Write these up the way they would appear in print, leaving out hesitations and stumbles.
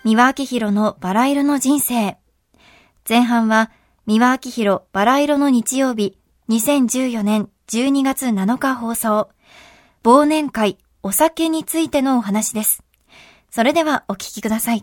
三輪明宏のバラ色の人生。前半は三輪明宏バラ色の日曜日、2014年12月7日放送。忘年会、お酒についてのお話です。それではお聞きください。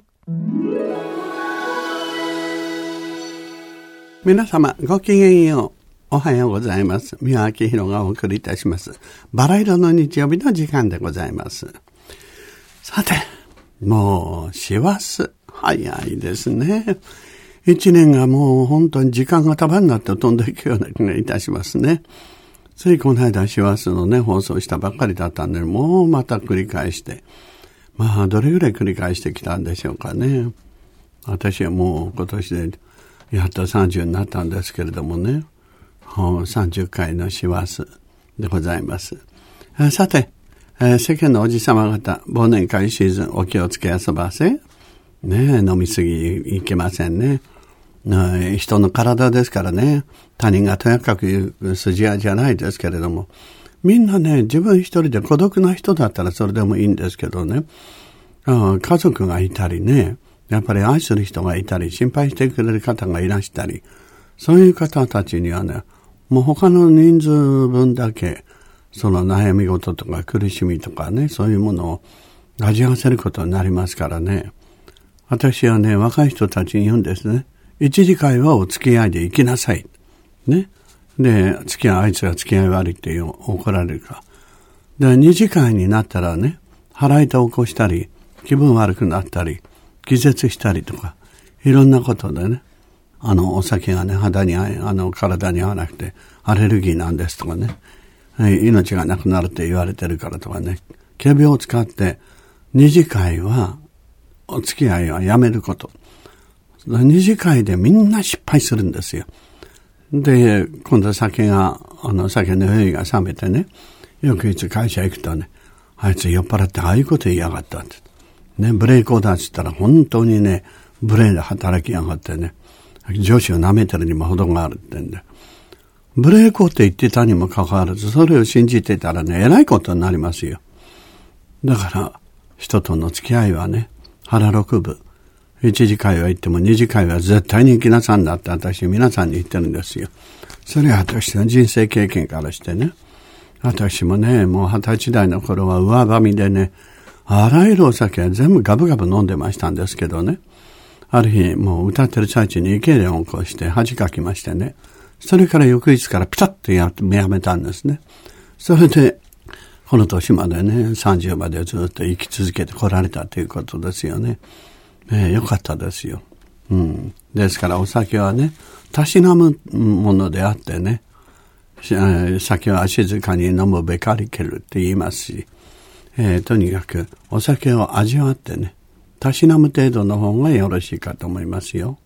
皆様ごきげんよう。おはようございます。三輪明宏がお送りいたします。バラ色の日曜日の時間でございます。さて、もう師走早いですね。一年がもう本当に時間が束になって飛んでいくような気がいたしますね。ついこの間師走のね放送したばっかりだったんで、もうまた繰り返して、まあどれぐらい繰り返してきたんでしょうかね。私はもう今年でやっと30になったんですけれどもね、30回の師走でございます。さて、世間のおじさま方、忘年会シーズンお気をつけ遊ばせ。ねえ、飲みすぎいけませんね。人の体ですからね、他人がとやかく言う筋合いじゃないですけれども、みんなね、自分一人で孤独な人だったらそれでもいいんですけどね、家族がいたりね、やっぱり愛する人がいたり、心配してくれる方がいらしたり、そういう方たちにはね、もう他の人数分だけ、その悩み事とか苦しみとかね、そういうものを味わわせることになりますからね。私はね、若い人たちに言うんですね。一次会はお付き合いで行きなさい。ね。で、あいつが付き合い悪いって怒られるか。で、二次会になったらね、腹痛を起こしたり、気分悪くなったり、気絶したりとか、いろんなことでね、お酒がね、体に合わなくて、アレルギーなんですとかね、命がなくなるって言われてるからとかね、仮病を使って、二次会は、お付き合いはやめること。二次会でみんな失敗するんですよ。で、今度酒の酔いが冷めてね、よくいつ会社行くとね、あいつ酔っ払ってああいうこと言いやがったって。ね、ブレーコーダーって言ったら本当にね、ブレーンで働きやがってね、上司を舐めてるにも程があるってんで。ブレーコーって言ってたにもかかわらず、それを信じてたらね、えらいことになりますよ。だから、人との付き合いはね、腹六分。一次会は行っても二次会は絶対に行きなさんだって私皆さんに言ってるんですよ。それは私の人生経験からしてね。私もね、もう20歳代の頃は上ばみでね、あらゆるお酒は全部ガブガブ飲んでましたんですけどね。ある日、もう歌ってる最中に痙攣を起こして恥かきましてね。それから翌日からピタッとやめたんですね。それで、この年までね、30までずっと生き続けてこられたということですよね。よかったですよ。ですからお酒はね、たしなむものであってね、酒は静かに飲むべかりけるって言いますし、とにかくお酒を味わってね、たしなむ程度の方がよろしいかと思いますよ。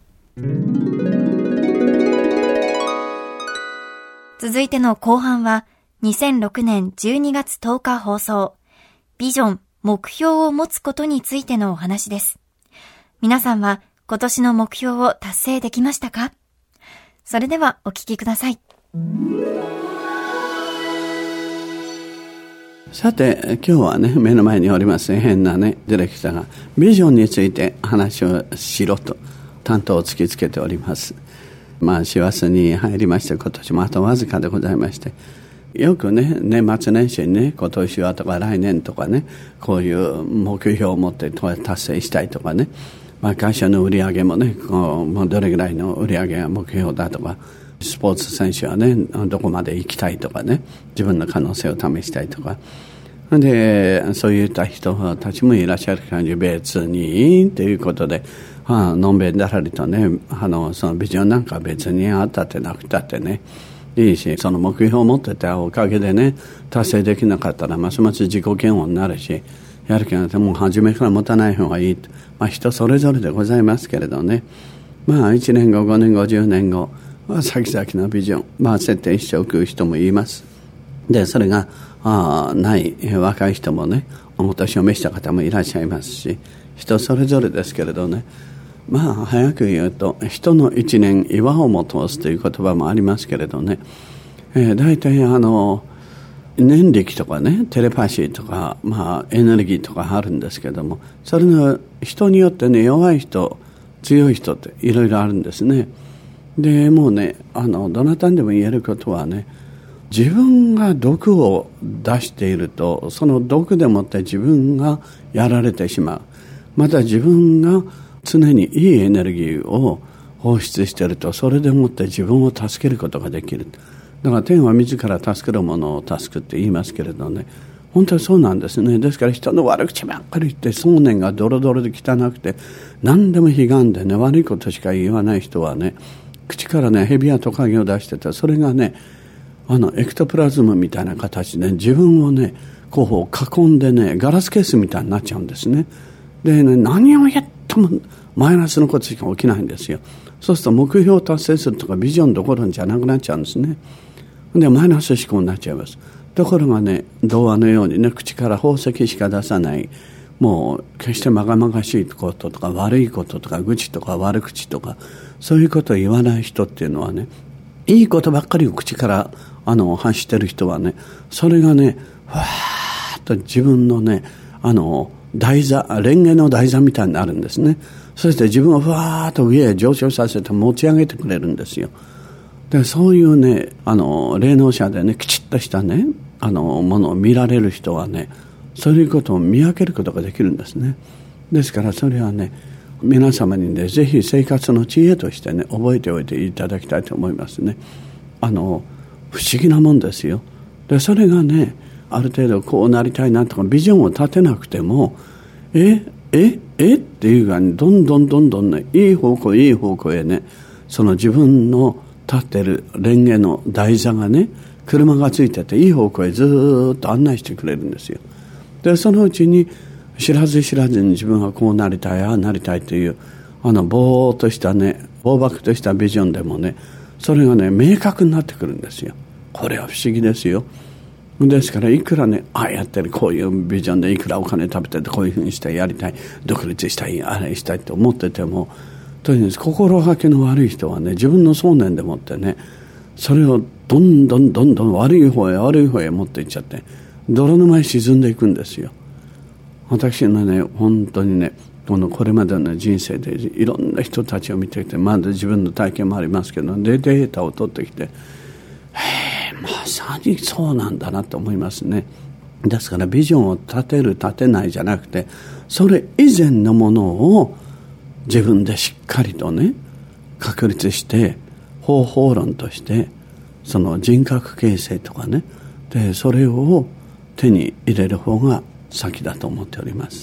続いての後半は、2006年12月10日放送、ビジョン、目標を持つことについてのお話です。皆さんは今年の目標を達成できましたか？それではお聞きください。 さて、今日はね、目の前におります変なね、ディレクターがビジョンについて話をしろと担当を突きつけております。師走に入りまして、今年もあとわずかでございまして、よくね、年末年始にね、今年はとか来年とかね、こういう目標を持って達成したいとかね、会社の売り上げもね、もうどれぐらいの売り上げが目標だとか、スポーツ選手はね、どこまで行きたいとかね、自分の可能性を試したいとか。で、そういった人たちもいらっしゃる感じ、別にということで、のんべんだらりとね、そのビジョンなんか別にあったってなくたってね、いいし、その目標を持ってたおかげでね、達成できなかったらますます自己嫌悪になるし、やる気がなくてもう初めから持たない方がいいと。人それぞれでございますけれどね。1年後、5年後、10年後、先々のビジョン、設定しておく人もいます。で、それが、ない若い人もね、お年を召した方もいらっしゃいますし、人それぞれですけれどね。早く言うと、人の一年岩をも通すという言葉もありますけれどね。大体念力とかね、テレパシーとか、エネルギーとかあるんですけども、それの人によってね、弱い人強い人っていろいろあるんですね。でもうね、どなたにでも言えることはね、自分が毒を出していると、その毒でもって自分がやられてしまう。また自分が常にいいエネルギーを放出していると、それでもって自分を助けることができる。だから天は自ら助けるものを助くって言いますけれどね、本当にそうなんですね。ですから人の悪口ばっかり言って、想念がドロドロで汚くて、何でも悲願でね、悪いことしか言わない人はね、口からね、蛇やトカゲを出してて、それがね、エクトプラズムみたいな形で自分をね、こう囲んでね、ガラスケースみたいになっちゃうんですね。でね、何をやってもマイナスのことしか起きないんですよ。そうすると目標を達成するとかビジョンどころじゃなくなっちゃうんですね。でマイナス思考になっちゃいます。ところがね、童話のようにね、口から宝石しか出さない、もう決してまがまがしいこととか悪いこととか愚痴とか悪口とかそういうことを言わない人っていうのはね、いいことばっかりを口から発してる人はね、それがね、わーっと自分のね、台座、レンゲの台座みたいになるんですね。そして自分をふわーっと上へ上昇させて持ち上げてくれるんですよ。でそういうね、霊能者でね、きちっとしたね、ものを見られる人はね、そういうことを見分けることができるんですね。ですからそれはね、皆様にね、ぜひ生活の知恵としてね、覚えておいていただきたいと思いますね。不思議なもんですよ。でそれがね、ある程度こうなりたいなとかビジョンを立てなくても、っていうか、ね、どんどんね、いい方向へね、その自分の立ってるレンゲの台座がね、車がついてていい方向へずーっと案内してくれるんですよ。でそのうちに知らずに自分はこうなりたい、ああなりたいというぼーっとしたね、暴漠としたビジョンでもね、それがね、明確になってくるんですよ。これは不思議ですよ。ですからいくらね、ああやってるこういうビジョンでいくらお金食べててこういうふうにしたい、やりたい、独立したい、あれしたいって思ってても、とにかく心がけの悪い人はね、自分の想念でもってね、それをどんどん悪い方へ持っていっちゃって、泥沼へ沈んでいくんですよ。私のね、本当にね、これまでの人生でいろんな人たちを見ていて、まだ自分の体験もありますけど、でデータを取ってきて、まさにそうなんだなと思いますね。ですからビジョンを立てる立てないじゃなくて、それ以前のものを自分でしっかりとね、確立して方法論としてその人格形成とかね、でそれを手に入れる方が先だと思っております。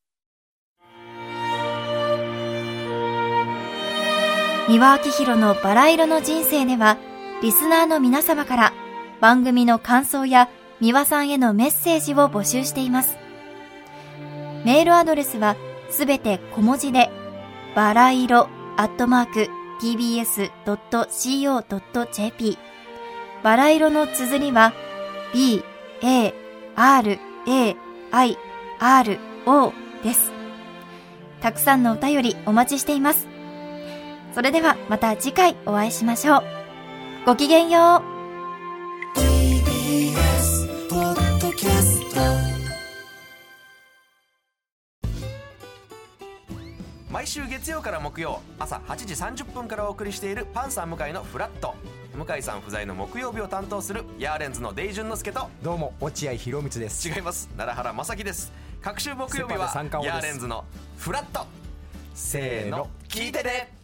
三輪明宏のバラ色の人生では、リスナーの皆様から番組の感想や三輪さんへのメッセージを募集しています。メールアドレスはすべて小文字で、バラ色@tbs.co.jp、 バラ色の綴りは BARAIRO です。たくさんのお便りお待ちしています。それではまた次回お会いしましょう。ごきげんよう。 TBS ポッドキャスト、毎週月曜から木曜朝8時30分からお送りしているパンサー向井のフラット。向井さん不在の木曜日を担当するヤーレンズのデイジュンの之介と、 どうも落合博満です。 違います、奈良原正樹です。各週木曜日はヤーレンズのフラット。せーの、聞いてね。